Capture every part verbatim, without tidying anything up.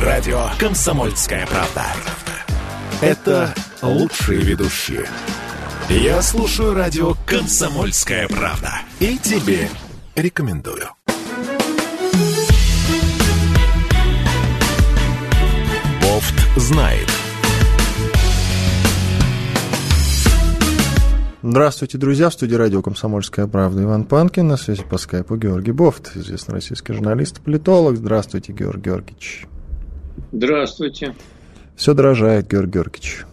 радио «Комсомольская правда». Это лучшие ведущие. Я слушаю радио «Комсомольская правда». И тебе рекомендую. Бофт знает. Здравствуйте, друзья. В студии радио «Комсомольская правда» Иван Панкин. На связи по скайпу Георгий Бофт, известный российский журналист и политолог. Здравствуйте, Георгий Георгиевич. Здравствуйте. Все дорожает, Георгий Георгиевич.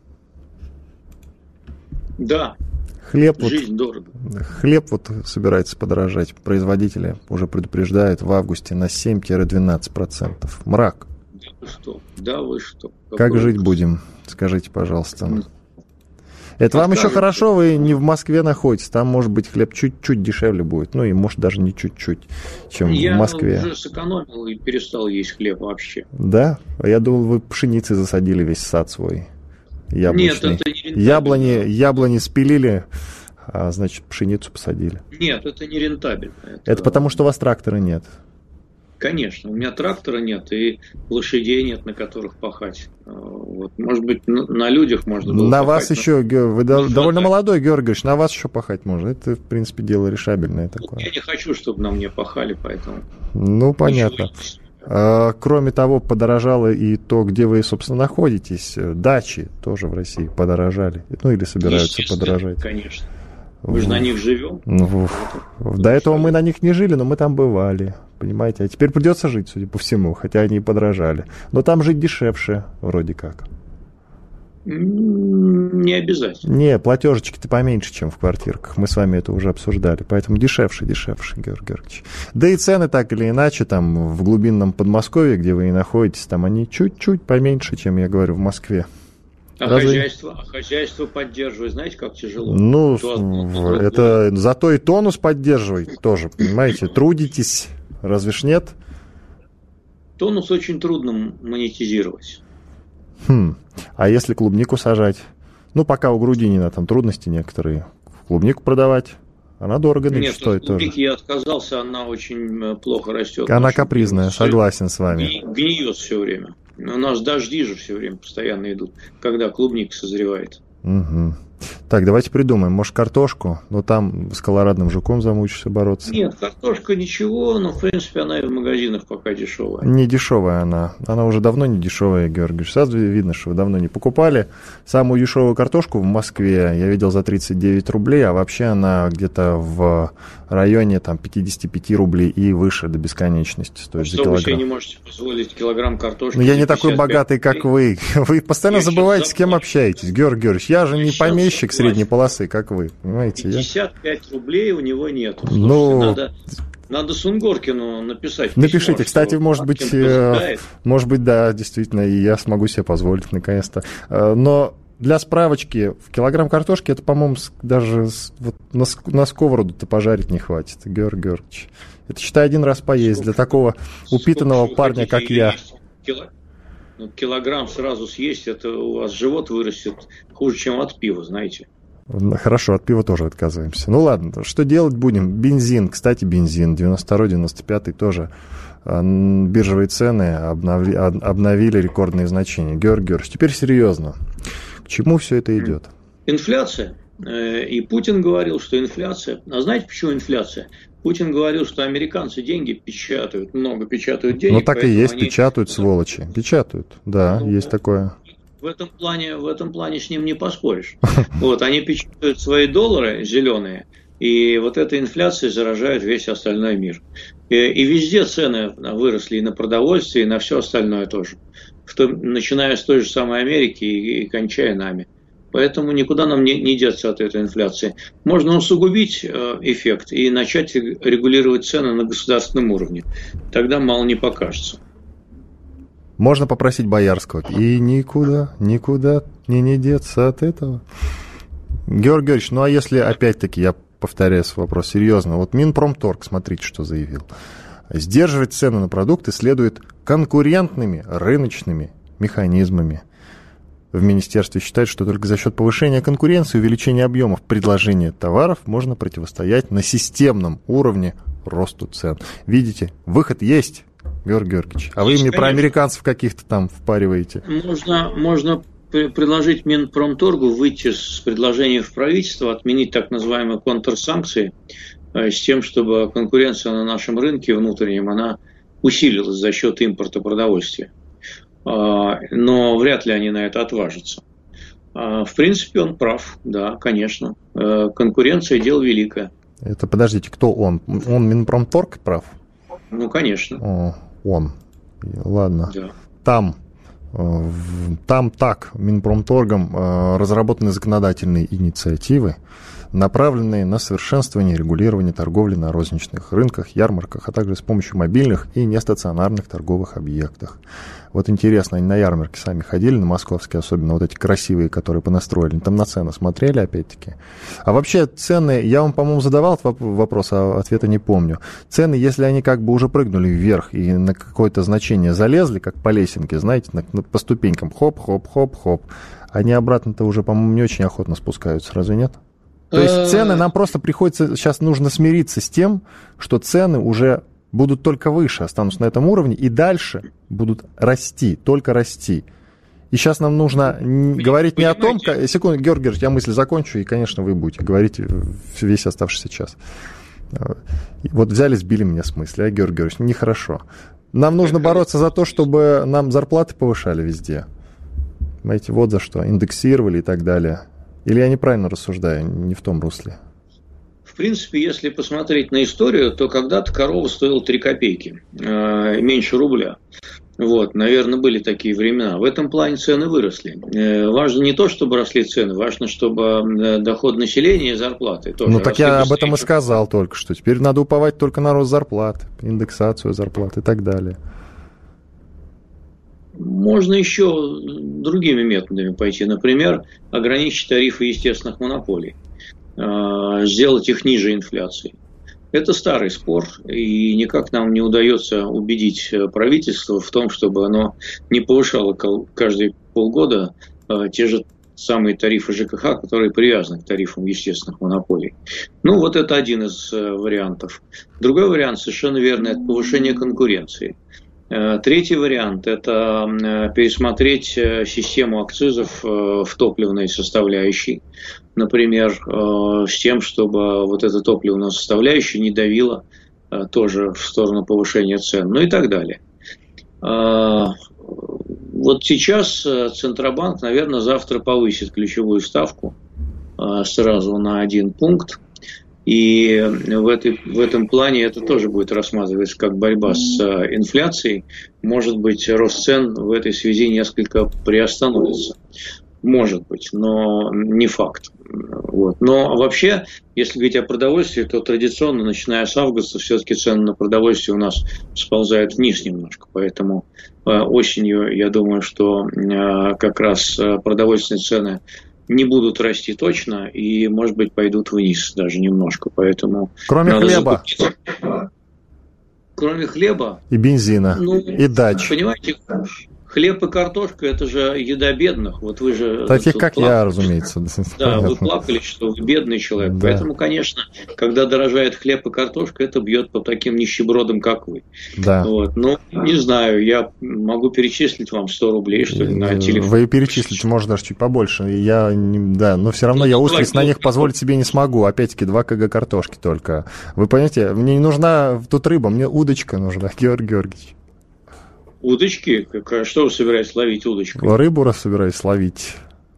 Да. Хлеб Жизнь вот, дорого. Хлеб вот собирается подорожать. Производители уже предупреждают в августе на семь-двенадцать процентов. Мрак. Да вы что? Да вы что? Как Какой жить ужас. Будем? Скажите, пожалуйста. Это вам еще скажете? Хорошо, вы не в Москве находитесь, там, может быть, хлеб чуть-чуть дешевле будет, ну и, может, даже не чуть-чуть, чем я в Москве. Я уже сэкономил и перестал есть хлеб вообще. Да? Я думал, вы пшеницей засадили весь сад свой яблочный. Нет, это не рентабельно. Яблони, яблони спилили, а, значит, пшеницу посадили. Нет, это не рентабельно. Это... это потому, что у вас трактора нет. Конечно, у меня трактора нет и лошадей нет, на которых пахать. Вот. Может быть, на людях можно было на пахать. На вас но... еще, вы ну, довольно так. молодой, Георгий Георгиевич, на вас еще пахать можно. Это, в принципе, дело решабельное такое. Я не хочу, чтобы на мне пахали, поэтому... Ну, понятно. А, кроме того, подорожало и то, где вы, собственно, находитесь. Дачи тоже в России подорожали. Ну, или собираются подорожать. Конечно. Мы же на них живем. Ну, до этого мы на них не жили, но мы там бывали. Понимаете? А теперь придется жить, судя по всему, хотя они и подорожали. Но там жить дешевше, вроде как. Не обязательно. Не, платежечки-то поменьше, чем в квартирках. Мы с вами это уже обсуждали. Поэтому дешевше, дешевше, Георгий Георгиевич. Да и цены так или иначе, там в глубинном Подмосковье, где вы и находитесь, там они чуть-чуть поменьше, чем, я говорю, в Москве. А Разве... хозяйство, а хозяйство поддерживать, знаете, как тяжело? Ну, то, это зато и тонус поддерживает тоже, понимаете, трудитесь, разве ж нет? Тонус очень трудно монетизировать. Хм, а если клубнику сажать? Ну, пока у Грудинина там трудности некоторые. Клубнику продавать, она дорого Нет, стоит тоже. Нет, я отказался, она очень плохо растет. Она капризная, согласен с вами. Гниет все время. У нас дожди же все время постоянно идут, когда клубника созревает. Угу. Так, давайте придумаем. Может, картошку? Но там с колорадным жуком замучишься бороться. Нет, картошка ничего, но, в принципе, она и в магазинах пока дешевая. Не дешевая она. Она уже давно не дешевая, Георгий. Сразу видно, что вы давно не покупали. Самую дешевую картошку в Москве я видел за тридцать девять рублей, а вообще она где-то в районе там, пятьдесят пять рублей и выше до бесконечности стоит что за килограмм. Вы себе не можете позволить килограмм картошки? Но я не такой богатый, как вы. Вы постоянно я забываете, с кем общаетесь, Георгий Георгиевич. Я же не помещик средней полосы, как вы, понимаете? пятьдесят пять я... рублей у него нету. Слушайте, ну... надо, надо Сунгоркину написать письмо. Напишите, кстати, может быть, э, может быть, да, действительно, и я смогу себе позволить наконец-то. Но для справочки, в килограмм картошки это, по-моему, даже вот на, на сковороду-то пожарить не хватит, Георгий Георгиевич. Это, считай, один раз поесть сколько, для такого упитанного сколько, парня, как я. Кило... Ну, килограмм сразу съесть, это у вас живот вырастет хуже, чем от пива, знаете. Хорошо, от пива тоже отказываемся. Ну ладно, что делать будем? Бензин, кстати, бензин, девяносто второй девяносто пятый тоже. Биржевые цены обновили, обновили рекордные значения. Георгий Георгиевич, теперь серьезно. К чему все это идет? Инфляция. И Путин говорил, что инфляция. А знаете, почему инфляция? Путин говорил, что американцы деньги печатают, много печатают денег. Ну так и есть, они... печатают, сволочи. Печатают, да, ну, есть такое. В этом плане, в этом плане с ним не поспоришь. Вот, они печатают свои доллары зеленые, и вот эта инфляция заражает весь остальной мир. И, и везде цены выросли и на продовольствие, и на все остальное тоже. Что, начиная с той же самой Америки и, и кончая нами. Поэтому никуда нам не, не деться от этой инфляции. Можно усугубить э, эффект и начать регулировать цены на государственном уровне. Тогда мало не покажется. Можно попросить Боярского. И никуда, никуда не, не деться от этого. Георгий Георгиевич, ну а если опять-таки, я повторяю свой вопрос серьезно, вот Минпромторг, смотрите, что заявил. Сдерживать цены на продукты следует конкурентными рыночными механизмами. В министерстве считают, что только за счет повышения конкуренции и увеличения объемов предложения товаров можно противостоять на системном уровне росту цен. Видите, выход есть. Георгий Георгиевич. А вы мне про американцев каких-то там впариваете. Можно, можно предложить Минпромторгу выйти с предложением в правительство, отменить так называемые контрсанкции, с тем, чтобы конкуренция на нашем рынке внутреннем, она усилилась за счет импорта продовольствия. Но вряд ли они на это отважатся. В принципе, он прав, да, конечно. Конкуренция – дело великое. Это, подождите, кто он? Он Минпромторг прав? Ну, конечно. О, он. Ладно. Да. Там, там так, Минпромторгом разработаны законодательные инициативы, направленные на совершенствование регулирования торговли на розничных рынках, ярмарках, а также с помощью мобильных и нестационарных торговых объектов. Вот интересно, они на ярмарке сами ходили, на московские, особенно вот эти красивые, которые понастроили, там на цены смотрели опять-таки. А вообще цены, я вам, по-моему, задавал этот вопрос, а ответа не помню. Цены, если они как бы уже прыгнули вверх и на какое-то значение залезли, как по лесенке, знаете, на, по ступенькам, хоп-хоп-хоп-хоп, они обратно-то уже, по-моему, не очень охотно спускаются, разве нет? То есть цены, нам просто приходится, сейчас нужно смириться с тем, что цены уже будут только выше, останутся на этом уровне, и дальше будут расти, только расти. И сейчас нам нужно Понимаете? говорить не о том... Секунду, Георгий Георгиевич, я мысль закончу, и, конечно, вы будете говорить весь оставшийся час. Вот взяли, сбили меня с мысли, а, Георгий Георгиевич, нехорошо. Нам нужно бороться за то, чтобы нам зарплаты повышали везде. Понимаете, вот за что, индексировали и так далее. Или я неправильно рассуждаю, не в том русле? В принципе, если посмотреть на историю, то когда-то корова стоила три копейки, э, меньше рубля. Вот, наверное, были такие времена. В этом плане цены выросли. Э, важно не то, чтобы росли цены, важно, чтобы доход населения и зарплаты тоже Ну, так я быстрее. об этом и сказал только что. Теперь надо уповать только на рост зарплат, индексацию зарплат и так далее. Можно еще другими методами пойти. Например, ограничить тарифы естественных монополий, сделать их ниже инфляции. Это старый спор, и никак нам не удается убедить правительство в том, чтобы оно не повышало каждые полгода те же самые тарифы ЖКХ, которые привязаны к тарифам естественных монополий. Ну, вот это один из вариантов. Другой вариант, совершенно верно, это повышение конкуренции. Третий вариант – это пересмотреть систему акцизов в топливной составляющей, например, с тем, чтобы вот эта топливная составляющая не давила тоже в сторону повышения цен, ну и так далее. Вот сейчас Центробанк, наверное, завтра повысит ключевую ставку сразу на один пункт. И в, этой, в этом плане это тоже будет рассматриваться как борьба с инфляцией. Может быть, рост цен в этой связи несколько приостановится. Может быть, но не факт. Вот. Но вообще, если говорить о продовольствии, то традиционно, начиная с августа, все-таки цены на продовольствие у нас сползают вниз немножко. Поэтому осенью, я думаю, что как раз продовольственные цены не будут расти точно и, может быть, пойдут вниз даже немножко. Поэтому Кроме хлеба. Закупить. Кроме хлеба. И бензина. Ну, и дач. Понимаете, хлеб и картошка – это же еда бедных. Вот вы же… Таких, как плакали. Я, разумеется. Да, вы плакали, что вы бедный человек. Да. Поэтому, конечно, когда дорожает хлеб и картошка, это бьет по таким нищебродам, как вы. Да. Вот. Но, не знаю, я могу перечислить вам сто рублей, что ли, на телефон. Вы перечислите, может, даже чуть побольше. Я, да, но все равно ну, я устриц на них позволить себе не смогу. Опять-таки, два килограмма картошки только. Вы понимаете, мне не нужна тут рыба, мне удочка нужна, Георгий Георгиевич. Удочки? Что вы собираетесь ловить удочкой? Рыбу раз собираюсь ловить.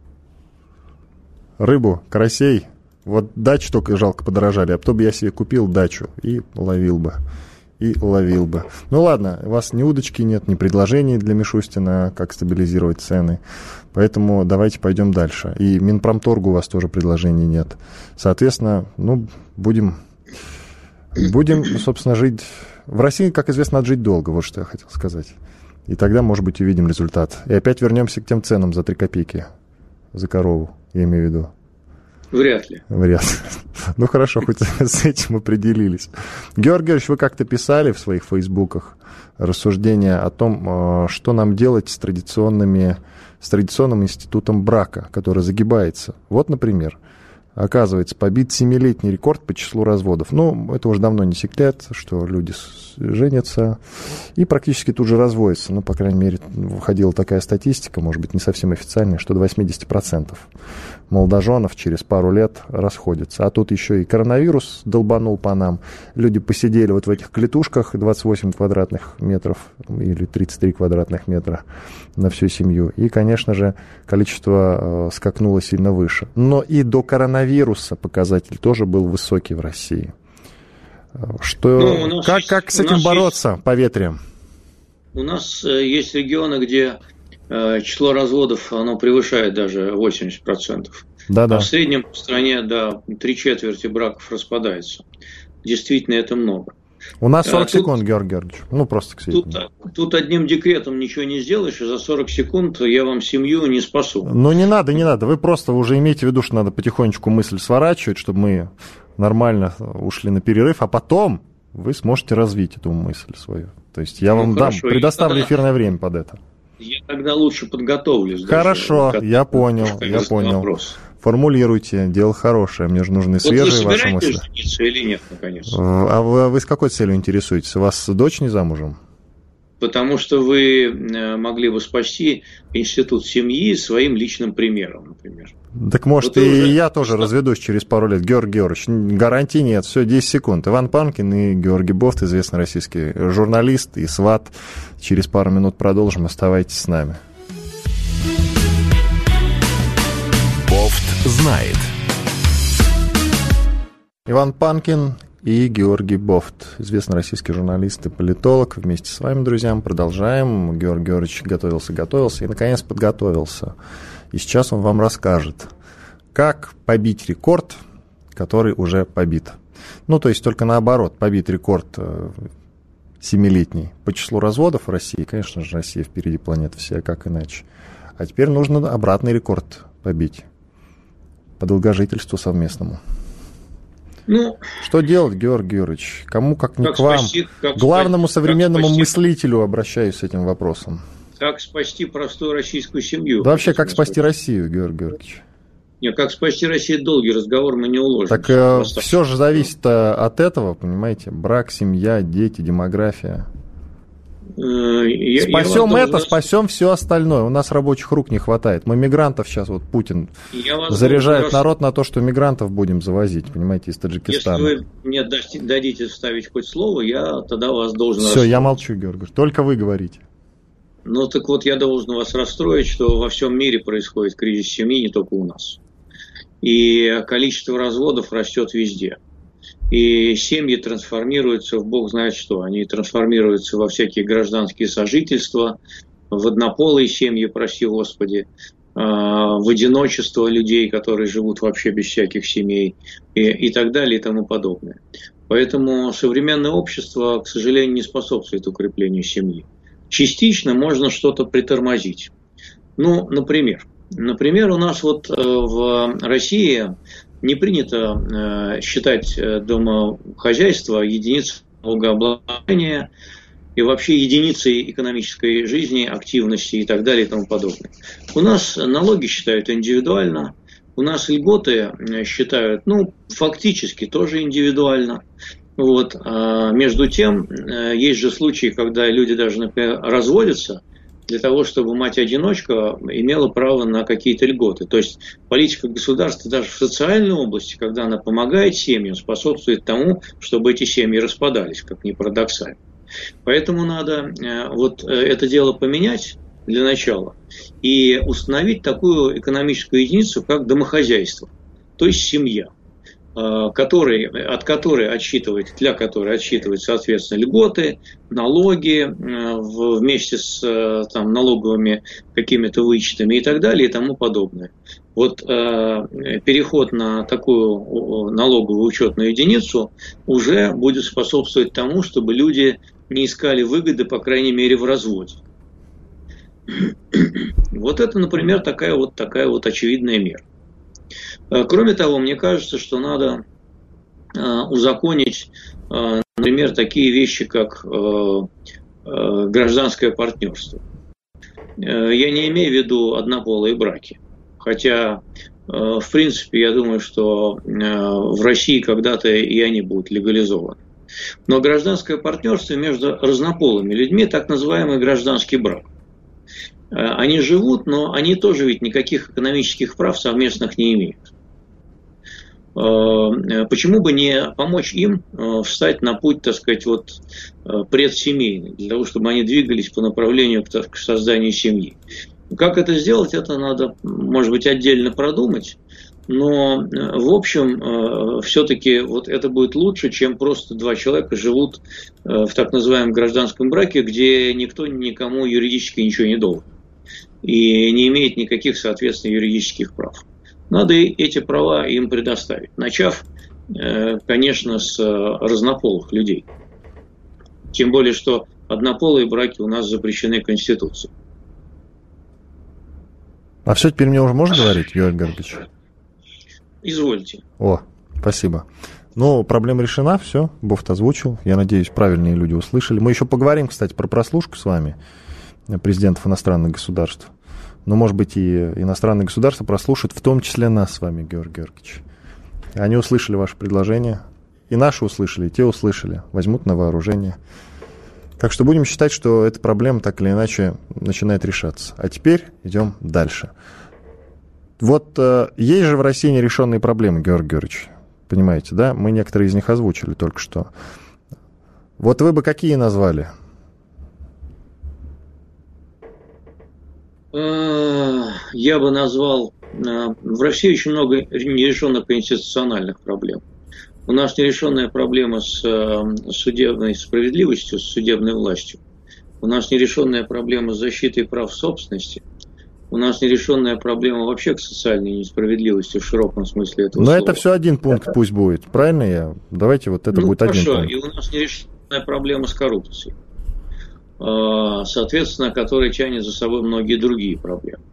Рыбу, карасей. Вот дачу только жалко подорожали, а потом бы я себе купил дачу и ловил бы. И ловил бы. Ну ладно, у вас ни удочки нет, ни предложений для Мишустина, как стабилизировать цены. Поэтому давайте пойдем дальше. И Минпромторгу у вас тоже предложений нет. Соответственно, ну, будем, будем, собственно, жить... В России, как известно, надо жить долго, вот что я хотел сказать. И тогда, может быть, увидим результат. И опять вернемся к тем ценам за три копейки. За корову, я имею в виду. Вряд ли. Вряд ли. Ну, хорошо, хоть с этим определились. Георгий Георгиевич, вы как-то писали в своих фейсбуках рассуждения о том, что нам делать с традиционными, с традиционным институтом брака, который загибается. Вот, например, Оказывается, побит семилетний рекорд по числу разводов. Ну, это уже давно не секрет, что люди женятся и практически тут же разводятся. Ну, по крайней мере, выходила такая статистика, может быть, не совсем официальная, что до восемьдесят процентов молодоженов через пару лет расходятся. А тут еще и коронавирус долбанул по нам. Люди посидели вот в этих клетушках двадцать восемь квадратных метров или тридцать три квадратных метра на всю семью. И, конечно же, количество э, скакнуло сильно выше. Но и до коронавируса показатель тоже был высокий в России. Что, ну, как, есть, как с этим бороться есть, по ветрам? У нас э, есть регионы, где э, число разводов оно превышает даже восемьдесят процентов. Да-да. А в среднем в стране до три четверти браков распадается. Действительно, это много. У нас сорок а, секунд, тут, Георгий Георгиевич. Ну, просто к сведению. Тут, тут одним декретом ничего не сделаешь, и за сорок секунд я вам семью не спасу. Ну, не надо, не надо. Вы просто уже имейте в виду, что надо потихонечку мысль сворачивать, чтобы мы нормально ушли на перерыв, а потом вы сможете развить эту мысль свою. То есть я ну, вам хорошо, дам, предоставлю я эфирное тогда, время под это. Я тогда лучше подготовлюсь. Хорошо, даже, я понял, я понял. Вопрос. Формулируйте, дело хорошее, мне же нужны вот свежие ваши мысли. Вы собираетесь или нет, наконец? А вы, вы с какой целью интересуетесь? У вас дочь не замужем? Потому что вы могли бы спасти институт семьи своим личным примером, например. Так может вот и уже... я тоже разведусь через пару лет. Георгий Георгиевич, гарантий нет, все, десять секунд. Иван Панкин и Георгий Бофт, известный российский журналист и сват. Через пару минут продолжим, оставайтесь с нами. Бофт знает. Иван Панкин и Георгий Бофт, известный российский журналист и политолог. Вместе с вами, друзья, продолжаем. Георгий Георгиевич готовился, готовился и, наконец, подготовился. И сейчас он вам расскажет, как побить рекорд, который уже побит. Ну, то есть только наоборот, побит рекорд семилетний по числу разводов в России. Конечно же, Россия впереди планеты всей, как иначе. А теперь нужно обратный рекорд побить по долгожительству совместному. Ну, что делать, Георгий Георгиевич? Кому, как не как к вам, спасти, как главному спасти, современному как мыслителю обращаюсь с этим вопросом. Как спасти простую российскую семью? Да вообще, как спасти Россию, Георгий Георгиевич? Нет, как спасти Россию, долгий разговор, мы не уложим. Так э, все же зависит от этого, понимаете? Брак, семья, дети, демография. Я, спасем я это, вас... спасем все остальное. У нас рабочих рук не хватает. Мы мигрантов сейчас, вот Путин заряжает раз... народ на то, что мигрантов будем завозить, понимаете, из Таджикистана. Если вы мне дадите вставить хоть слово, я тогда вас должен Все, расстроить. Я молчу, Георгий, только вы говорите. Ну так вот, я должен вас расстроить, что во всем мире происходит кризис семьи, не только у нас. И количество разводов растет везде. И семьи трансформируются в бог знает что. Они трансформируются во всякие гражданские сожительства, в однополые семьи, прости Господи, в одиночество людей, которые живут вообще без всяких семей, и, и так далее, и тому подобное. Поэтому современное общество, к сожалению, не способствует укреплению семьи. Частично можно что-то притормозить. Ну, например, например, у нас вот в России не принято э, считать домохозяйство единицей налогообложения и вообще единицей экономической жизни, активности и так далее и тому подобное. У нас налоги считают индивидуально, у нас льготы считают, ну, фактически тоже индивидуально. Вот. А между тем, есть же случаи, когда люди даже, например, разводятся, для того, чтобы мать-одиночка имела право на какие-то льготы. То есть политика государства даже в социальной области, когда она помогает семьям, способствует тому, чтобы эти семьи распадались, как ни парадоксально. Поэтому надо вот это дело поменять для начала и установить такую экономическую единицу, как домохозяйство, то есть семья, который, от которой отсчитывать, для которой отсчитывать, соответственно, льготы, налоги вместе с там, налоговыми какими-то вычетами и так далее и тому подобное. Вот э, переход на такую налоговую учетную единицу уже будет способствовать тому, чтобы люди не искали выгоды, по крайней мере, в разводе. Вот это, например, такая вот, такая вот очевидная мера. Кроме того, мне кажется, что надо э, узаконить, э, например, такие вещи, как э, э, гражданское партнерство. Э, я не имею в виду однополые браки, хотя э, в принципе, я думаю, что в России когда-то и они будут легализованы. Но гражданское партнерство между разнополыми людьми, так называемый гражданский брак. Они живут, но они тоже ведь никаких экономических прав совместных не имеют. Почему бы не помочь им встать на путь, так сказать, вот, предсемейный, для того, чтобы они двигались по направлению к созданию семьи? Как это сделать, это надо, может быть, отдельно продумать, но, в общем, все-таки вот это будет лучше, чем просто два человека живут в так называемом гражданском браке, где никто никому юридически ничего не должен и не имеет никаких, соответственно, юридических прав. Надо эти права им предоставить, начав, конечно, с разнополых людей. Тем более, что однополые браки у нас запрещены Конституцией. А все, теперь мне уже можно говорить, Георгий Георгиевич? Извольте. О, спасибо. Ну, проблема решена, все, Бофт озвучил. Я надеюсь, правильные люди услышали. Мы еще поговорим, кстати, про прослушку с вами президентов иностранных государств. Но, может быть, и иностранные государства прослушают, в том числе нас с вами, Георгий Георгиевич. Они услышали ваше предложение, и наши услышали, и те услышали, возьмут на вооружение. Так что будем считать, что эта проблема так или иначе начинает решаться. А теперь идем дальше. Вот э, есть же в России нерешенные проблемы, Георгий Георгиевич. Понимаете, да? Мы некоторые из них озвучили только что. Вот вы бы какие назвали? Я бы назвал... В России очень много нерешенных конституциональных проблем. У нас нерешенная проблема с судебной справедливостью, с судебной властью. У нас нерешенная проблема с защитой прав собственности. У нас нерешенная проблема вообще к социальной несправедливости в широком смысле этого слова. Но это все один пункт пусть будет, правильно я? Давайте вот это ну, будет хорошо. Один пункт. И у нас нерешенная проблема с коррупцией, соответственно, которая тянет за собой многие другие проблемы.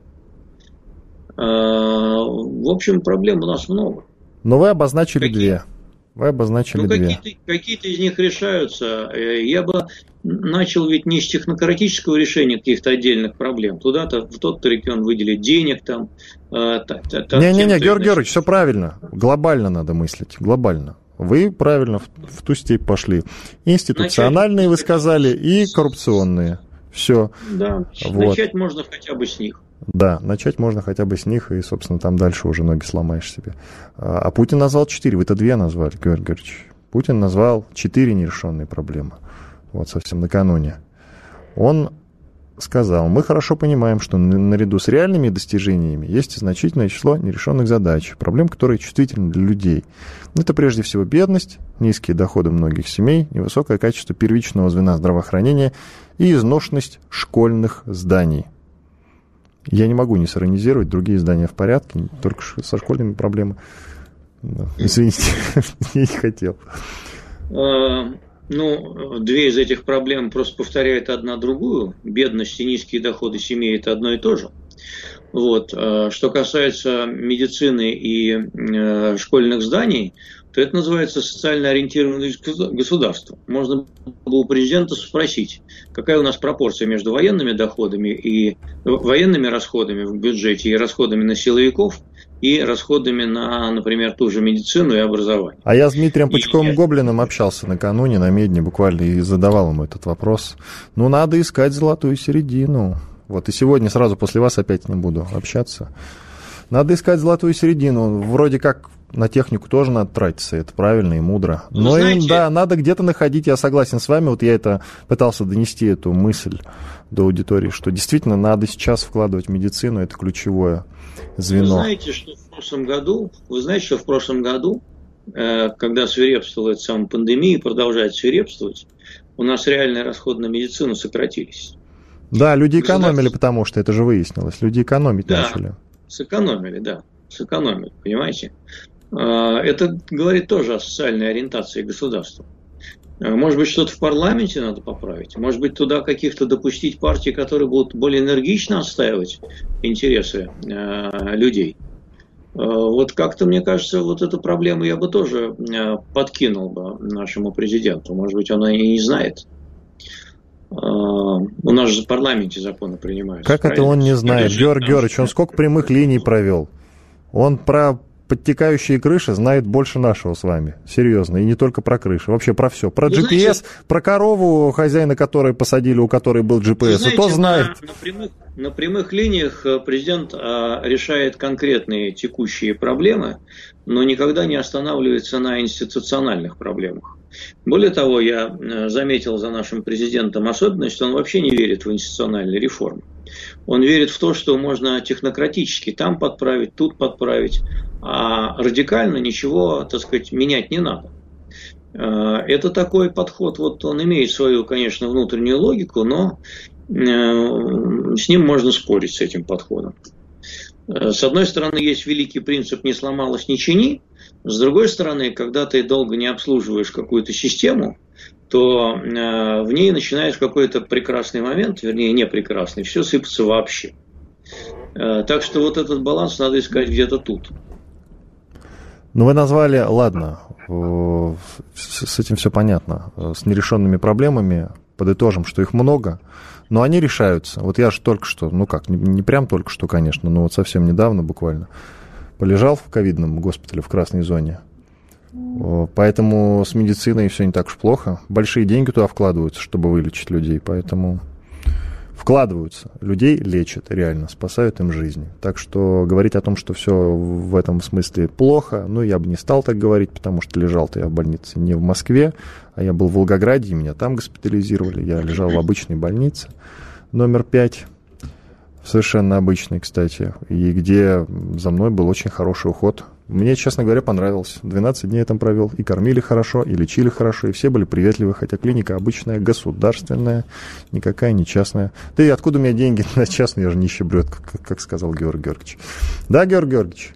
В общем, проблем у нас много. Но вы обозначили Какие? две. Вы обозначили ну, две. Какие-то, какие-то из них решаются. Я бы начал ведь не с технократического решения каких-то отдельных проблем. Туда-то, в тот-то регион выделить денег там. Не-не-не, Георгий Георгиевич, все правильно. Глобально надо мыслить. Глобально. Вы правильно в, в ту степь пошли. Институциональные начать, вы сказали и коррупционные. Все. Да, вот. Начать можно хотя бы с них. Да, начать можно хотя бы с них, и, собственно, там дальше уже ноги сломаешь себе. А Путин назвал четыре, вы-то две назвали, Георгий Георгиевич. Путин назвал четыре нерешенные проблемы. Вот совсем накануне. Он сказал, мы хорошо понимаем, что наряду с реальными достижениями есть и значительное число нерешенных задач, проблем, которые чувствительны для людей. Это прежде всего бедность, низкие доходы многих семей, невысокое качество первичного звена здравоохранения и изношенность школьных зданий. Я не могу не сиронизировать, другие здания в порядке, только со школьными проблемами. Извините, я не хотел. Ну, две из этих проблем просто повторяют одна другую. Бедность и низкие доходы семей – это одно и то же. Вот. Что касается медицины и школьных зданий, то это называется социально ориентированное государство. Можно было у президента спросить, какая у нас пропорция между военными доходами и военными расходами в бюджете и расходами на силовиков, и расходами на, например, ту же медицину и образование. А я с Дмитрием Пучковым-Гоблиным общался накануне на Медне буквально и задавал ему этот вопрос. Ну, надо искать золотую середину. Вот и сегодня сразу после вас опять не буду общаться. Надо искать золотую середину. Вроде как на технику тоже надо тратиться, это правильно и мудро. Но знаете, им, да, надо где-то находить, я согласен с вами, вот я это пытался донести, эту мысль до аудитории, что действительно надо сейчас вкладывать в медицину, это ключевое звено. Вы знаете, что в прошлом году, вы знаете, что в прошлом году, когда свирепствовала эта самая пандемия и продолжает свирепствовать, у нас реальные расходы на медицину сократились. Да, люди экономили, потому что это же выяснилось, люди экономить да, начали. Сэкономили, да, сэкономили, понимаете? Это говорит тоже о социальной ориентации государства. Может быть, что-то в парламенте надо поправить. Может быть, туда каких-то допустить партий, которые будут более энергично отстаивать интересы людей. Вот как-то, мне кажется, вот эту проблему я бы тоже подкинул бы нашему президенту. Может быть, он и не знает. У нас же в парламенте законы принимаются. Как правильно? Это он не знает? Георгий Георгиевич, он сколько прямых линий провел? Он про подтекающие крыши знает больше нашего с вами. Серьезно. И не только про крыши. Вообще про все. Про джи пи эс, знаете, про корову, хозяина которой посадили, у которой был джи пи эс. Знаете, то знает. На, на, прямых, на прямых линиях президент а, решает конкретные текущие проблемы, но никогда не останавливается на институциональных проблемах. Более того, я заметил за нашим президентом особенность, он вообще не верит в институциональные реформы. Он верит в то, что можно технократически там подправить, тут подправить, а радикально ничего, так сказать, менять не надо. Это такой подход, вот он имеет свою, конечно, внутреннюю логику, но с ним можно спорить, с этим подходом. С одной стороны, есть великий принцип «не сломалось, не чини». С другой стороны, когда ты долго не обслуживаешь какую-то систему, то э, в ней начинает в какой-то прекрасный момент, вернее, не прекрасный, все сыпется вообще. Э, так что вот этот баланс надо искать где-то тут. Ну, вы назвали, ладно, с этим все понятно, с нерешенными проблемами, подытожим, что их много, но они решаются. Вот я же только что, ну как, не, не прям только что, конечно, но вот совсем недавно буквально полежал в ковидном госпитале в красной зоне. Поэтому с медициной все не так уж плохо. Большие деньги туда вкладываются, чтобы вылечить людей, поэтому вкладываются. Людей лечат реально, спасают им жизни. Так что говорить о том, что все в этом смысле плохо, ну, я бы не стал так говорить, потому что лежал-то я в больнице не в Москве, а я был в Волгограде, и меня там госпитализировали. Я лежал в обычной больнице, номер пять. Совершенно обычный, кстати, и где за мной был очень хороший уход. Мне, честно говоря, понравилось. двенадцать дней я там провел, и кормили хорошо, и лечили хорошо, и все были приветливы, хотя клиника обычная, государственная, никакая не частная. Да и откуда у меня деньги на частную, я же нищеброд, как, как сказал Георгий Георгиевич. Да, Георгий Георгиевич?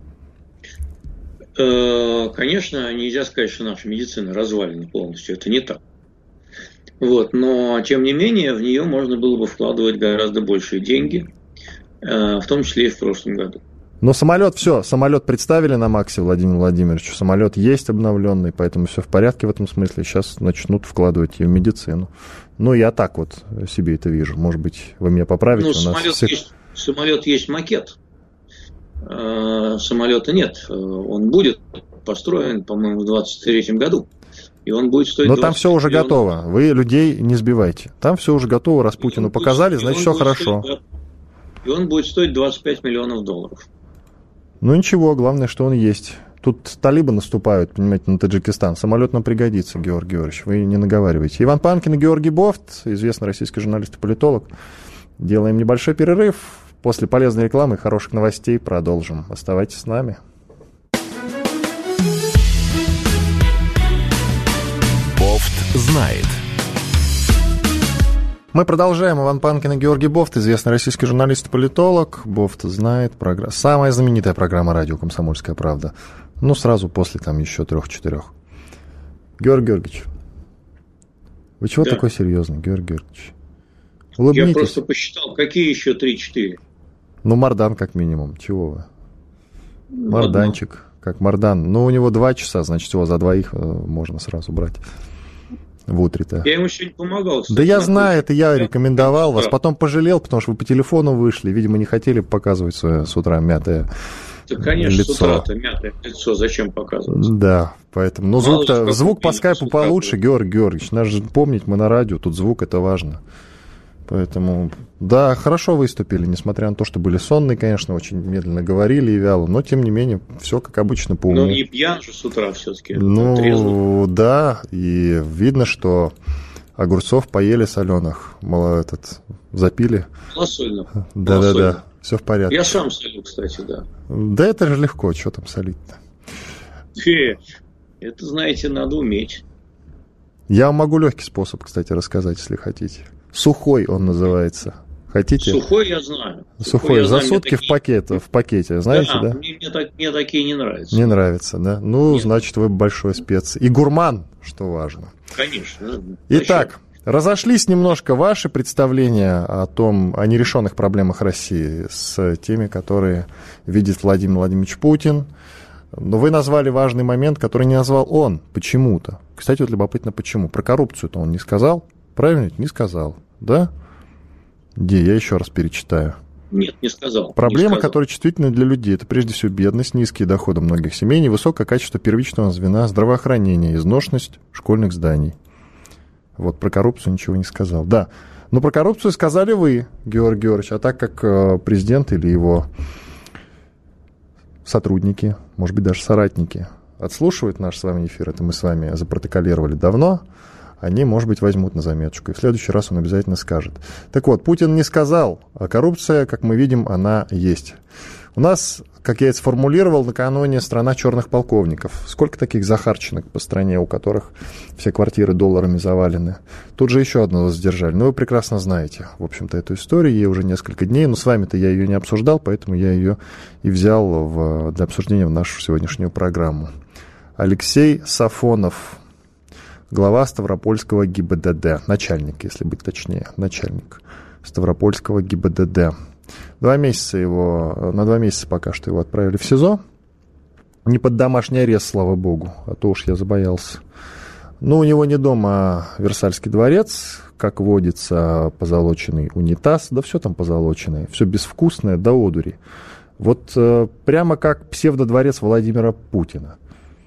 Конечно, нельзя сказать, что наша медицина развалена полностью, это не так. Вот, но, тем не менее, в нее можно было бы вкладывать гораздо большие деньги, в том числе и в прошлом году. Но самолет, все, самолет представили на Максе Владимиру Владимировичу, самолет есть обновленный, поэтому все в порядке в этом смысле. Сейчас начнут вкладывать ее в медицину. Ну, я так вот себе это вижу. Может быть, вы меня поправите. Ну, у нас самолет, всех... есть, самолет есть макет. Самолета нет. Он будет построен, по-моему, в двадцать третьем году. И он будет стоить. Но там все уже миллионов. Готово. Вы людей не сбивайте. Там все уже готово. Раз Путину показали, значит, все хорошо. Стоить, и он будет стоить двадцать пять миллионов долларов. Ну ничего, главное, что он есть. Тут талибы наступают, понимаете, на Таджикистан. Самолет нам пригодится, Георгий Георгиевич. Вы не наговариваете. Иван Панкин и Георгий Бофт, известный российский журналист и политолог. Делаем небольшой перерыв. После полезной рекламы и хороших новостей продолжим. Оставайтесь с нами. Бофт знает. Мы продолжаем. Иван Панкин и Георгий Бофт, известный российский журналист и политолог. Бофт знает. Программа... Самая знаменитая программа радио «Комсомольская правда». Ну, сразу после там еще трех-четырех. Георгий Георгиевич, вы чего да. такой серьезный, Георгий Георгиевич? Улыбнитесь. Я просто посчитал, какие еще три-четыре. Ну, Мардан как минимум. Чего вы? Марданчик. Одно. Как Мардан. Ну, у него два часа, значит, его за двоих можно сразу брать. В утре-то. Я ему сегодня помогал. Кстати, да я знаю, это я рекомендовал вас. Потом пожалел, потому что вы по телефону вышли. Видимо, не хотели показывать свое с утра мятое да, конечно, лицо. С утра-то мятое лицо. Зачем показывать? Да, поэтому. Но звук-то, звук по скайпу получше, Георгий Георгиевич. Надо же помнить, мы на радио, тут звук это важно. Поэтому, да, хорошо выступили, несмотря на то, что были сонные, конечно, очень медленно говорили и вяло, но, тем не менее, все как обычно по уму. Ну, не пьян же с утра все-таки. Ну, трезвый. Да, и видно, что огурцов поели соленых, мало этот, запили. Малосольно. Да-да-да, все в порядке. Я сам солю, кстати, да. Да это же легко, что там солить-то? Фе, это, знаете, надо уметь. Я вам могу легкий способ, кстати, рассказать, если хотите. Сухой он называется. Хотите? Сухой я знаю. Сухой, Сухой я за знаю, сутки такие... в, пакет, в пакете, знаете, да? да? Мне, мне, так, мне такие не нравятся. Не нравятся, да? Ну, Нет. Значит, вы большой спец. И гурман, что важно. Конечно. Итак, разошлись немножко ваши представления о том, о нерешенных проблемах России с теми, которые видит Владимир Владимирович Путин. Но вы назвали важный момент, который не назвал он почему-то. Кстати, вот любопытно, почему. Про коррупцию-то он не сказал. Правильно? Не сказал. Да? Где? Я еще раз перечитаю. Нет, не сказал. Проблема, не сказал. которая чувствительна для людей, это прежде всего бедность, низкие доходы многих семей, невысокое качество первичного звена, здравоохранения, изношенность школьных зданий. Вот про коррупцию ничего не сказал. Да, но про коррупцию сказали вы, Георгий Георгиевич, а так как президент или его сотрудники, может быть, даже соратники отслушивают наш с вами эфир, это мы с вами запротоколировали давно, они, может быть, возьмут на заметочку, и в следующий раз он обязательно скажет. Так вот, Путин не сказал, а коррупция, как мы видим, она есть. У нас, как я это сформулировал, накануне страна черных полковников. Сколько таких захарченок по стране, у которых все квартиры долларами завалены? Тут же еще одного задержали. Но вы прекрасно знаете, в общем-то, эту историю. Ей уже несколько дней, но с вами-то я ее не обсуждал, поэтому я ее и взял в, для обсуждения в нашу сегодняшнюю программу. Алексей Сафонов, глава Ставропольского ГИБДД, начальник, если быть точнее, начальник Ставропольского ГИБДД. Два месяца его, на два месяца пока что его отправили в СИЗО. Не под домашний арест, слава богу, а то уж я забоялся. Но у него не дома Версальский дворец, как водится, позолоченный унитаз, да все там позолоченное, все безвкусное, до одури. Вот э, прямо как псевдодворец Владимира Путина.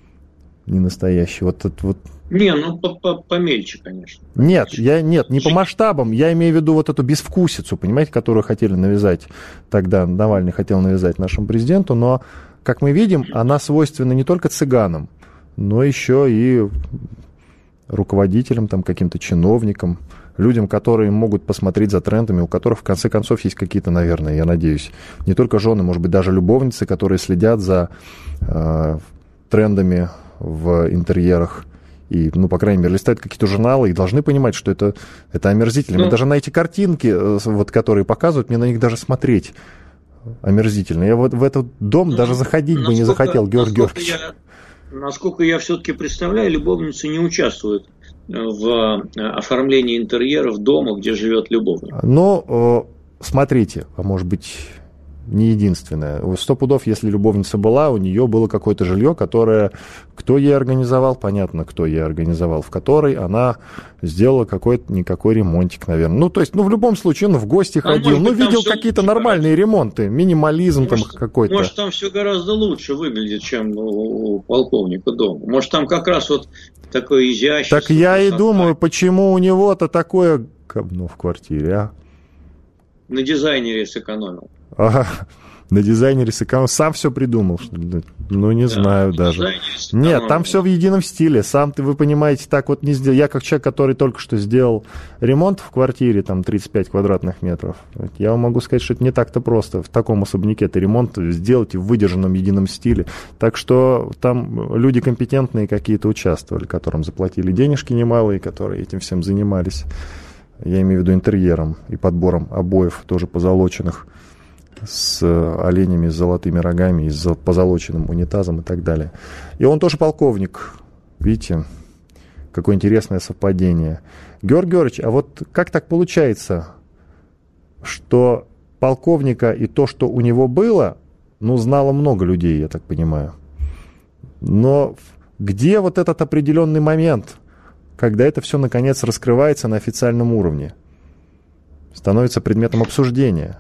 Не настоящий. Вот этот вот. Не, ну помельче, конечно. Нет, я, нет, не по масштабам, я имею в виду вот эту безвкусицу, понимаете, которую хотели навязать тогда, Навальный хотел навязать нашему президенту, но, как мы видим, она свойственна не только цыганам, но еще и руководителям, там, каким-то чиновникам, людям, которые могут посмотреть за трендами, у которых, в конце концов, есть какие-то, наверное, я надеюсь, не только жены, может быть, даже любовницы, которые следят за э, трендами в интерьерах, и, ну, по крайней мере, листают какие-то журналы и должны понимать, что это, это омерзительно. Ну, мне даже на эти картинки, вот, которые показывают, мне на них даже смотреть омерзительно. Я вот в этот дом ну, даже заходить бы не захотел, Георгий Георгиевич. Я, насколько я все-таки представляю, любовницы не участвуют в оформлении интерьеров дома, где живет любовник. Ну, смотрите, а может быть... не единственное. Сто пудов, если любовница была, у нее было какое-то жилье, которое... Кто ей организовал? Понятно, кто ей организовал. В которой она сделала какой-то никакой ремонтик, наверное. Ну, то есть, ну, в любом случае, он в гости а ходил. Ну, видел какие-то нормальные гораздо... ремонты. Минимализм может, там какой-то. Может, там все гораздо лучше выглядит, чем у полковника дома. Может, там как раз вот такое изящество. Так я и думаю, почему у него-то такое говно в квартире, а? На дизайнере сэкономил. Ага, на дизайнере сэкономил. Сам все придумал, что ли? Ну, не да, знаю даже. Нет, там все в едином стиле. Сам ты, вы понимаете, так вот не сделал. Я как человек, который только что сделал ремонт в квартире, там, тридцать пять квадратных метров, я вам могу сказать, что это не так-то просто. В таком особняке это ремонт сделать в выдержанном едином стиле. Так что там люди компетентные какие-то участвовали, которым заплатили денежки немалые, которые этим всем занимались. Я имею в виду интерьером и подбором обоев, тоже позолоченных, с оленями, с золотыми рогами, и с позолоченным унитазом и так далее. И он тоже полковник. Видите, какое интересное совпадение. Георгий Георгиевич, а вот как так получается, что полковника и то, что у него было, ну, знало много людей, я так понимаю. Но где вот этот определенный момент, когда это все, наконец, раскрывается на официальном уровне, становится предметом обсуждения?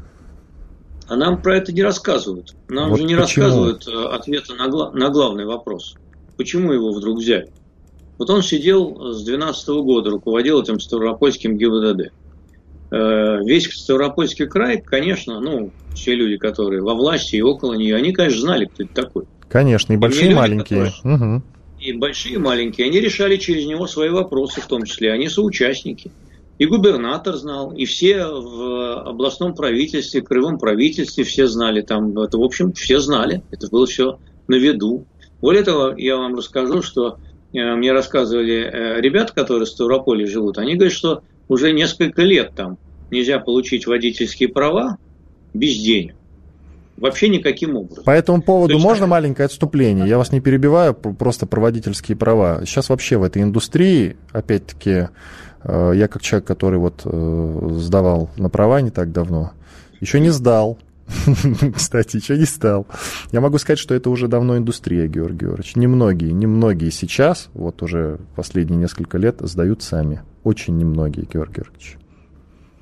А нам про это не рассказывают. Нам вот же не почему? рассказывают ответа на, гла- на главный вопрос. Почему его вдруг взяли? Вот он сидел с две тысячи двенадцатого года, руководил этим Ставропольским ГИБДД. Э, весь Ставропольский край, конечно, ну, все люди, которые во власти и около нее, они, конечно, знали, кто это такой. Конечно, и большие, и маленькие. Которые, угу. И большие, и маленькие. Они решали через него свои вопросы, в том числе. Они соучастники. И губернатор знал, и все в областном правительстве, в краевом правительстве все знали. Там, это, в общем, все знали. Это было все на виду. Более того, я вам расскажу, что э, мне рассказывали э, ребята, которые в Ставрополе живут, они говорят, что уже несколько лет там нельзя получить водительские права без денег. Вообще никаким образом. По этому поводу есть, можно маленькое отступление? Я вас не перебиваю, просто про водительские права. Сейчас вообще в этой индустрии, опять-таки, я как человек, который вот сдавал на права не так давно, еще не сдал. Кстати, еще не стал. Я могу сказать, что это уже давно индустрия, Георгий Георгиевич. Немногие, немногие сейчас, вот уже последние несколько лет, сдают сами. Очень немногие, Георгий Георгиевич.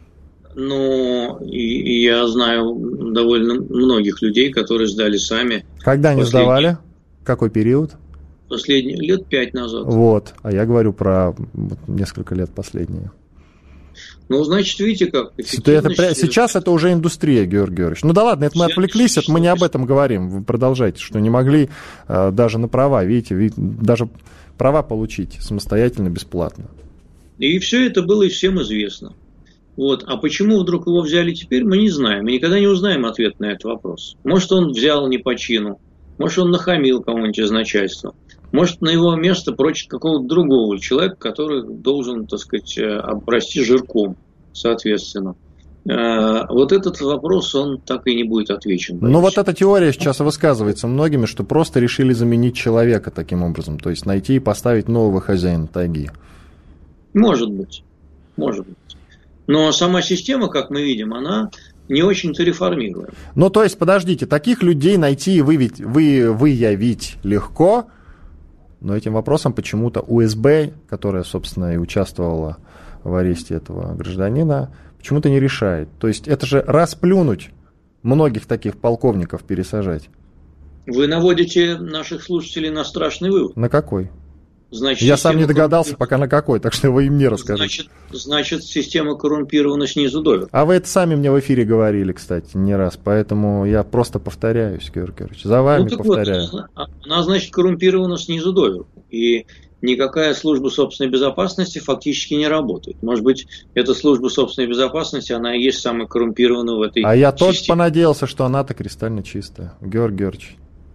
Но и, и я знаю довольно многих людей, которые сдали сами. Когда они сдавали? Какой период? Последние лет пять назад. Вот, а я говорю про несколько лет последние. Ну, значит, видите, как эффективность... Это, сейчас это уже индустрия, Георгий Георгиевич. Ну да ладно, это мы отвлеклись, это мы не об этом говорим. Вы продолжайте, что не могли э, даже на права, видите, видите, даже права получить самостоятельно, бесплатно. И все это было и всем известно. Вот. А почему вдруг его взяли теперь, мы не знаем. Мы никогда не узнаем ответ на этот вопрос. Может, он взял не по чину, может, он нахамил кому-нибудь из начальства. Может, на его место прочит какого-то другого человека, который должен, так сказать, обрасти жирком, соответственно. Вот этот вопрос, он так и не будет отвечен. Ну, вот эта теория сейчас высказывается многими, что просто решили заменить человека таким образом, то есть найти и поставить нового хозяина тайги. Может быть, может быть. Но сама система, как мы видим, она не очень-то реформируема. Ну, то есть, подождите, таких людей найти и выявить, вы, выявить легко, но этим вопросом почему-то У Эс Бэ, которая, собственно, и участвовала в аресте этого гражданина, почему-то не решает. То есть это же расплюнуть многих таких полковников пересажать. Вы наводите наших слушателей на страшный вывод. На какой? Значит, я сам не догадался пока на какой, так что вы и мне расскажите. Значит, значит, система коррумпирована снизу доверху. А вы это сами мне в эфире говорили, кстати, не раз, поэтому я просто повторяюсь, Георгий Георгиевич, за вами ну, повторяю. Вот, она, значит, коррумпирована снизу доверху, и никакая служба собственной безопасности фактически не работает. Может быть, эта служба собственной безопасности, она и есть самая коррумпированная в этой системе. А я тоже понадеялся, что она-то кристально чистая, Георгий Георгиевич.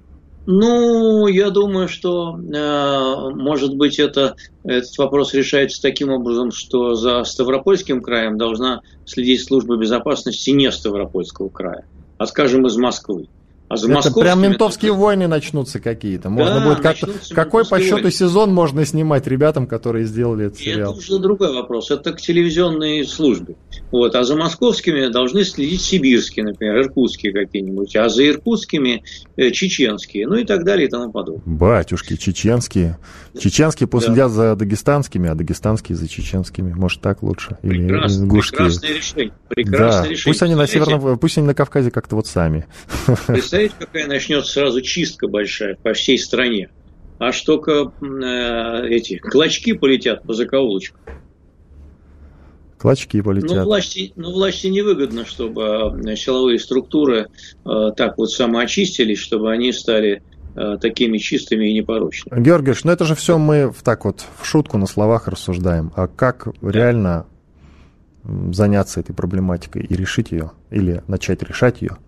Ну, я думаю, что, э, может быть, это, этот вопрос решается таким образом, что за Ставропольским краем должна следить служба безопасности не Ставропольского края, а, скажем, из Москвы. А за это прям ментовские это... войны начнутся какие-то. Можно да, будет как... Какой по счету войны. Сезон можно снимать ребятам, которые сделали этот сериал? Это уже другой вопрос. Это к телевизионной службе. Вот. А за московскими должны следить сибирские, например, иркутские какие-нибудь. А за иркутскими э, чеченские. Ну и так далее и тому подобное. Батюшки, чеченские. Чеченские последят да. за дагестанскими, а дагестанские за чеченскими. Может, так лучше? Прекрасно, Или прекрасное решение. Прекрасное да. решение. Пусть они, на Северном, пусть они на Кавказе как-то вот сами. Представляете, какая начнется сразу чистка большая по всей стране. Аж только э, эти клочки полетят по закоулочкам. Клочки полетят. Ну, власти, ну, власти невыгодно, чтобы силовые структуры э, так вот самоочистились, чтобы они стали э, такими чистыми и непорочными. Георгий Георгиевич, ну это же все мы так вот в шутку на словах рассуждаем. А как да. реально заняться этой проблематикой и решить ее? Или начать решать ее?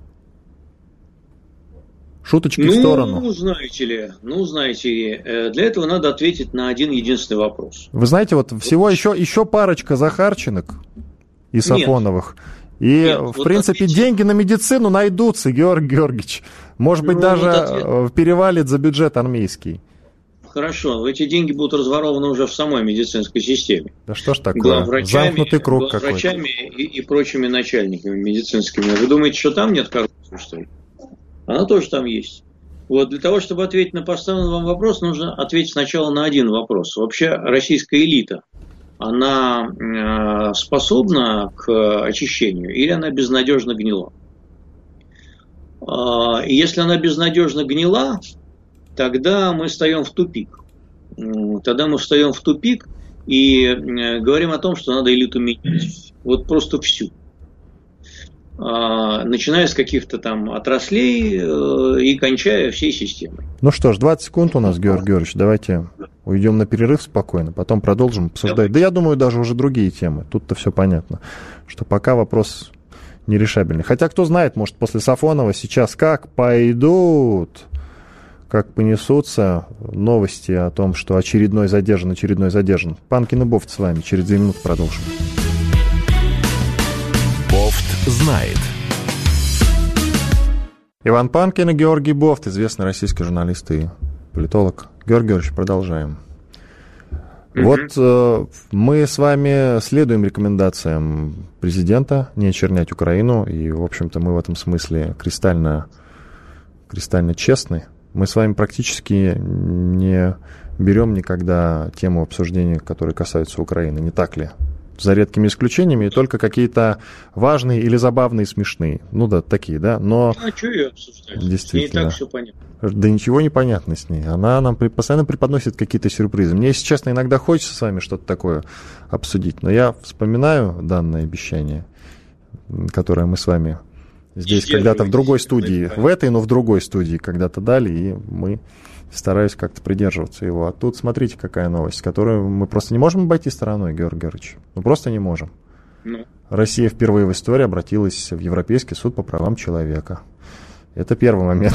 Шуточки ну, в сторону. Ну, знаете ли, ну, знаете ли, для этого надо ответить на один единственный вопрос. Вы знаете, вот всего вот. еще, еще парочка Захарченок и Сафоновых. Нет. И, Нет, в вот принципе, ответить. деньги на медицину найдутся, Георгий Георгиевич. Может быть, ну, даже вот перевалит за бюджет армейский. Хорошо, эти деньги будут разворованы уже в самой медицинской системе. Да что ж такое? Замкнутый круг какой-то. Главврачами и, и прочими начальниками медицинскими. Вы думаете, что там нет коррупции, что ли? Она тоже там есть. Вот для того, чтобы ответить на поставленный вам вопрос, нужно ответить сначала на один вопрос. Вообще российская элита, она э, способна к очищению или она безнадежно гнила? Э, и если она безнадежно гнила, тогда мы встаем в тупик. Тогда мы встаем в тупик и э, говорим о том, что надо элиту менять. Вот просто всю. Начиная с каких-то там отраслей э, и кончая всей системой. Ну что ж, двадцать секунд у нас, Георгий Георгиевич. Давайте уйдем на перерыв спокойно, потом продолжим обсуждать. Давай. Да я думаю, даже уже другие темы. Тут-то все понятно, что пока вопрос нерешабельный. Хотя, кто знает, может, после Сафонова сейчас как пойдут, как понесутся новости о том, что очередной задержан, очередной задержан. Панкин и Бофт с вами. Через две минуты продолжим. Бофт знает. Иван Панкин и Георгий Бофт, известный российский журналист и политолог. Георгий Георгиевич, продолжаем. Mm-hmm. Вот э, мы с вами следуем рекомендациям президента не очернять Украину, и, в общем-то, мы в этом смысле кристально, кристально честны. Мы с вами практически не берем никогда тему обсуждения, которые касаются Украины, не так ли? за редкими исключениями, и только какие-то важные или забавные, смешные. Ну да, такие, да, но... А что ее обсуждать? Действительно. С ней так все понятно. Да ничего не понятно с ней. Она нам постоянно преподносит какие-то сюрпризы. Мне, если честно, иногда хочется с вами что-то такое обсудить, но я вспоминаю данное обещание, которое мы с вами здесь когда-то в другой студии, в этой, но в другой студии когда-то дали, и мы стараюсь как-то придерживаться его. А тут смотрите, какая новость, которую мы просто не можем обойти стороной, Георгий Георгиевич. Мы просто не можем. Ну. Россия впервые в истории обратилась в Европейский суд по правам человека. Это первый момент.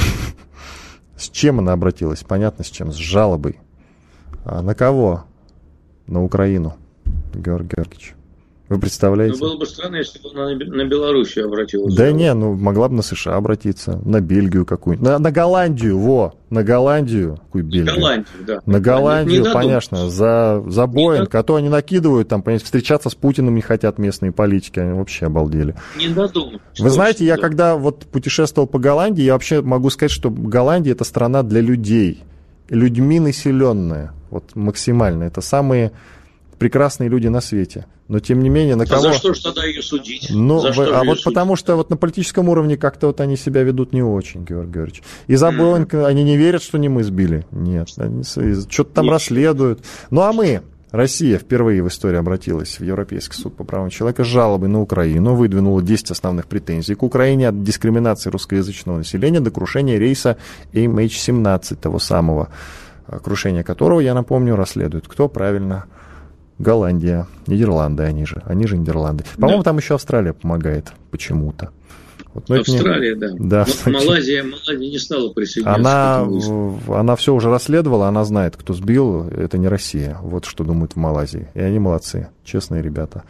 С чем она обратилась? Понятно, с чем. С жалобой. А на кого? На Украину, Георгий Георгиевич. Вы представляете? Ну, было бы странно, если бы она на Белоруссию обратилась. Да не, ну могла бы на США обратиться, на Бельгию какую-нибудь, на, на Голландию, во, на Голландию. Какую Бельгию? На Голландию, да. На Голландию, не конечно, за, за Боинг, а то они накидывают, там, понимаете, встречаться с Путиным не хотят местные политики, они вообще обалдели. Не додумать. Вы знаете, я когда вот путешествовал по Голландии, я вообще могу сказать, что Голландия — это страна для людей, людьми населенная, вот максимально, это самые прекрасные люди на свете. Но, тем не менее, на а кого... за что же тогда ее судить? Ну, за что а вот судить? потому что вот на политическом уровне как-то вот они себя ведут не очень, Георгий Георгиевич. И за Боинг mm-hmm. они не верят, что не мы сбили. Нет, они что-то там Нет. расследуют. Ну, а мы, Россия, впервые в истории обратилась в Европейский суд по правам человека с жалобой на Украину, выдвинула десять основных претензий к Украине от дискриминации русскоязычного населения до крушения рейса эм эйч семнадцать, того самого, крушение которого, я напомню, расследует. Кто? Правильно. Голландия, Нидерланды, они же, они же Нидерланды. По-моему, да. Там еще Австралия помогает почему-то. Вот, Австралия, не... да. да вот Малайзия, Малайзия не стала присоединяться. Она, она все уже расследовала, она знает, кто сбил, это не Россия. Вот что думают в Малайзии. И они молодцы, честные ребята.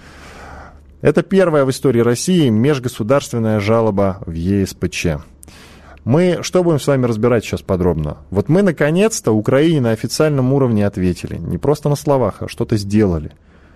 Это первая в истории России межгосударственная жалоба в е эс пэ че. Мы что будем с вами разбирать сейчас подробно? Вот мы, наконец-то, Украине на официальном уровне ответили. Не просто на словах, а что-то сделали.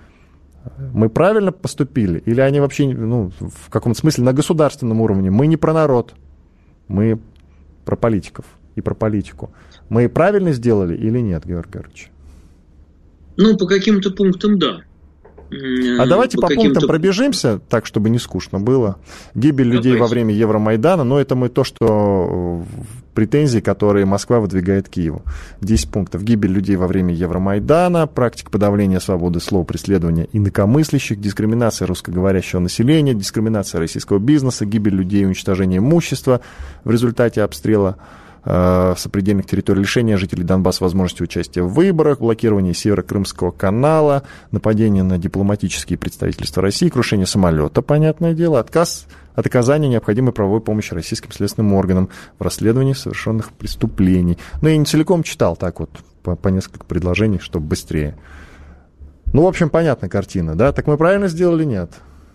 Мы правильно поступили? Или они вообще, ну, в каком-то смысле на государственном уровне? Мы не про народ. Мы про политиков и про политику. Мы правильно сделали или нет, Георгий Георгиевич? Ну, по каким-то пунктам, да. А давайте по, по пунктам пробежимся, так, чтобы не скучно было. Гибель людей во время Евромайдана, но это мы то, что претензии, которые Москва выдвигает Киеву. десять пунктов. Гибель людей во время Евромайдана, практика подавления свободы слова, преследования инакомыслящих, дискриминация русскоговорящего населения, дискриминация российского бизнеса, гибель людей и уничтожение имущества в результате обстрела сопредельных территорий, лишение жителей Донбасса возможности участия в выборах, блокирование Северо-Крымского канала, нападение на дипломатические представительства России, крушение самолета, понятное дело, отказ от оказания необходимой правовой помощи российским следственным органам в расследовании совершенных преступлений. Но я не целиком читал так вот, по, по несколько предложений, чтобы быстрее. Ну, в общем, понятна картина, да? Так мы правильно сделали, нет?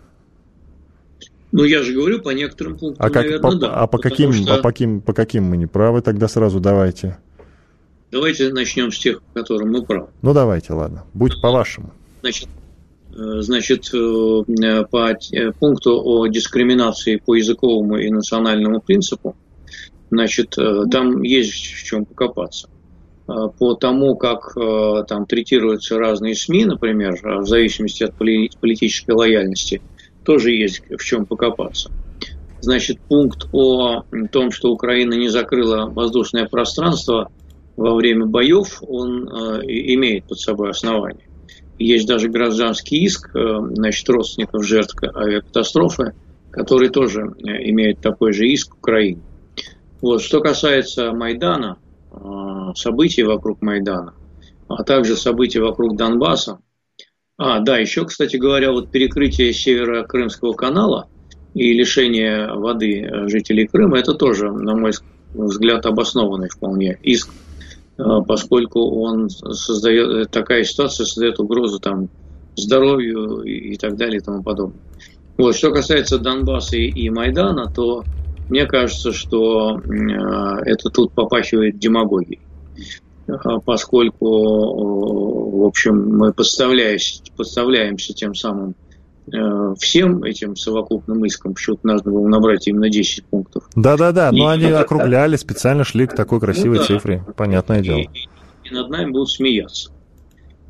Ну, я же говорю, по некоторым пунктам, а как, наверное, по, да. А по каким, что... а по, каким, по каким мы не правы, тогда сразу давайте. Давайте начнем с тех, по которым мы правы. Ну, давайте, ладно. Будь по-вашему. Значит, значит, по пункту о дискриминации по языковому и национальному принципу, значит, там есть в чем покопаться. По тому, как там третируются разные СМИ, например, в зависимости от политической лояльности, тоже есть в чем покопаться. Значит, пункт о том, что Украина не закрыла воздушное пространство во время боев, он э, имеет под собой основание. Есть даже гражданский иск, э, значит, родственников жертв авиакатастрофы, который тоже э, имеет такой же иск к Украине. Вот. Что касается Майдана, э, событий вокруг Майдана, а также событий вокруг Донбасса, А, да, еще, кстати говоря, вот перекрытие Северо-Крымского канала и лишение воды жителей Крыма, это тоже, на мой взгляд, обоснованный вполне иск, поскольку он создает, такая ситуация создает угрозу там здоровью и так далее и тому подобное. Вот, что касается Донбасса и, и Майдана, то мне кажется, что это тут попахивает демагогией. Поскольку, в общем, мы подставляемся, подставляемся тем самым всем этим совокупным иском, почему-то нужно было набрать именно десять пунктов. Да-да-да, но они округляли, специально шли к такой красивой ну, да. цифре, понятное дело. И, и, и над нами будут смеяться.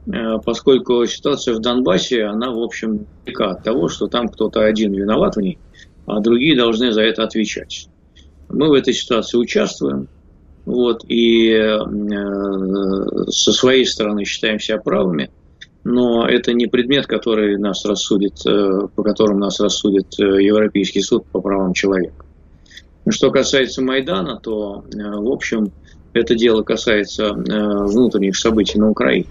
поскольку ситуация в Донбассе, она, в общем, далека от того, что там кто-то один виноват в ней, а другие должны за это отвечать. Мы в этой ситуации участвуем, вот, и э, со своей стороны считаем себя правыми, но это не предмет, который нас рассудит, э, по которому нас рассудит Европейский суд по правам человека. Что касается Майдана, то, э, в общем, это дело касается э, внутренних событий на Украине.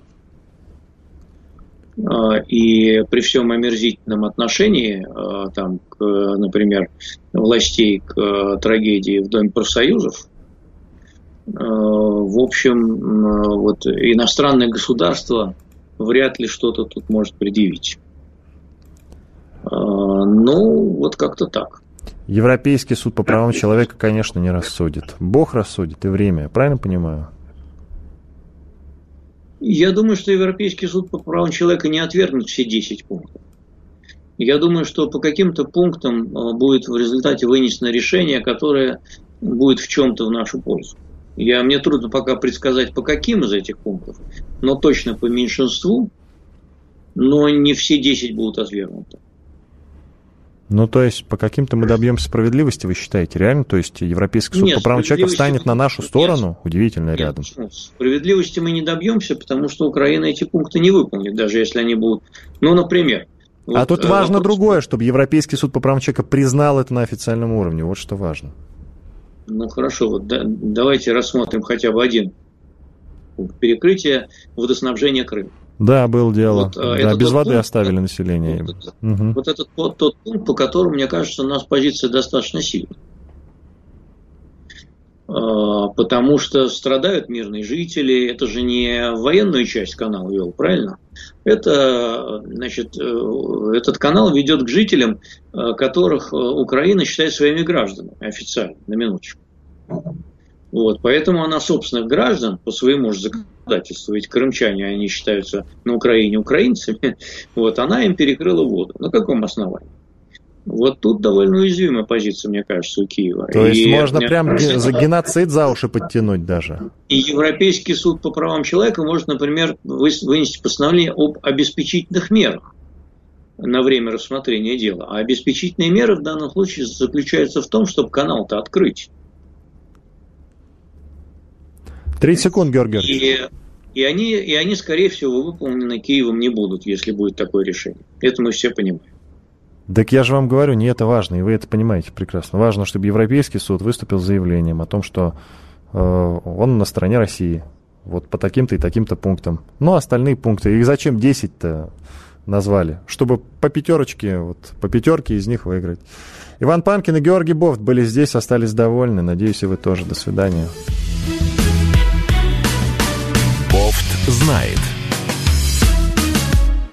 И при всем омерзительном отношении, там, к, например, властей к трагедии в Доме профсоюзов, в общем, вот иностранное государство вряд ли что-то тут может предъявить. Ну, вот как-то так. Европейский суд по правам человека, конечно, не рассудит. Бог рассудит и время, я правильно понимаю? Я думаю, что Европейский суд по правам человека не отвергнет все десять пунктов. Я думаю, что по каким-то пунктам будет в результате вынесено решение, которое будет в чем-то в нашу пользу. Я, мне трудно пока предсказать, по каким из этих пунктов, но точно по меньшинству, но не все десять будут отвергнуты. Ну, то есть, по каким-то мы добьемся справедливости, вы считаете, реально? То есть, Европейский суд Нет, по правам человека встанет на нашу сторону? Нет, удивительно нет, рядом. Справедливости мы не добьемся, потому что Украина эти пункты не выполнит, даже если они будут... Ну, например... А вот, тут важно вопрос... другое, чтобы Европейский суд по правам человека признал это на официальном уровне. Вот что важно. Ну, хорошо, вот да, давайте рассмотрим хотя бы один пункт. Перекрытие водоснабжения Крыма. Да, было дело. Вот, да, без воды пункт, оставили население. Вот, угу. вот этот вот, тот пункт, по которому, мне кажется, у нас позиция достаточно сильная. Потому что страдают мирные жители. Это же не военную часть канала вел, правильно? Это, значит, этот канал ведет к жителям, которых Украина считает своими гражданами официально, на минуточку. Вот, поэтому она собственных граждан по своему же законодательству, ведь крымчане, они считаются на Украине украинцами, вот, она им перекрыла воду. На каком основании? Вот тут довольно уязвимая позиция, мне кажется, у Киева. То есть и можно мне прям кажется, за геноцид за уши подтянуть даже. И Европейский суд по правам человека может, например, вынести постановление об обеспечительных мерах на время рассмотрения дела. А обеспечительные меры в данном случае заключаются в том, чтобы канал-то открыть. тридцать секунд, Георгий Георгиевич. И, и, они, и они, скорее всего, выполнены Киевом не будут, если будет такое решение. Это мы все понимаем. Так я же вам говорю, не это важно, и вы это понимаете прекрасно. Важно, чтобы Европейский суд выступил с заявлением о том, что э, он на стороне России. Вот по таким-то и таким-то пунктам. Ну, остальные пункты. Их зачем десять-то назвали? Чтобы по пятерочке, вот по пятерке из них выиграть. Иван Панкин и Георгий Бофт были здесь, остались довольны. Надеюсь, и вы тоже. До свидания. Бофт знает.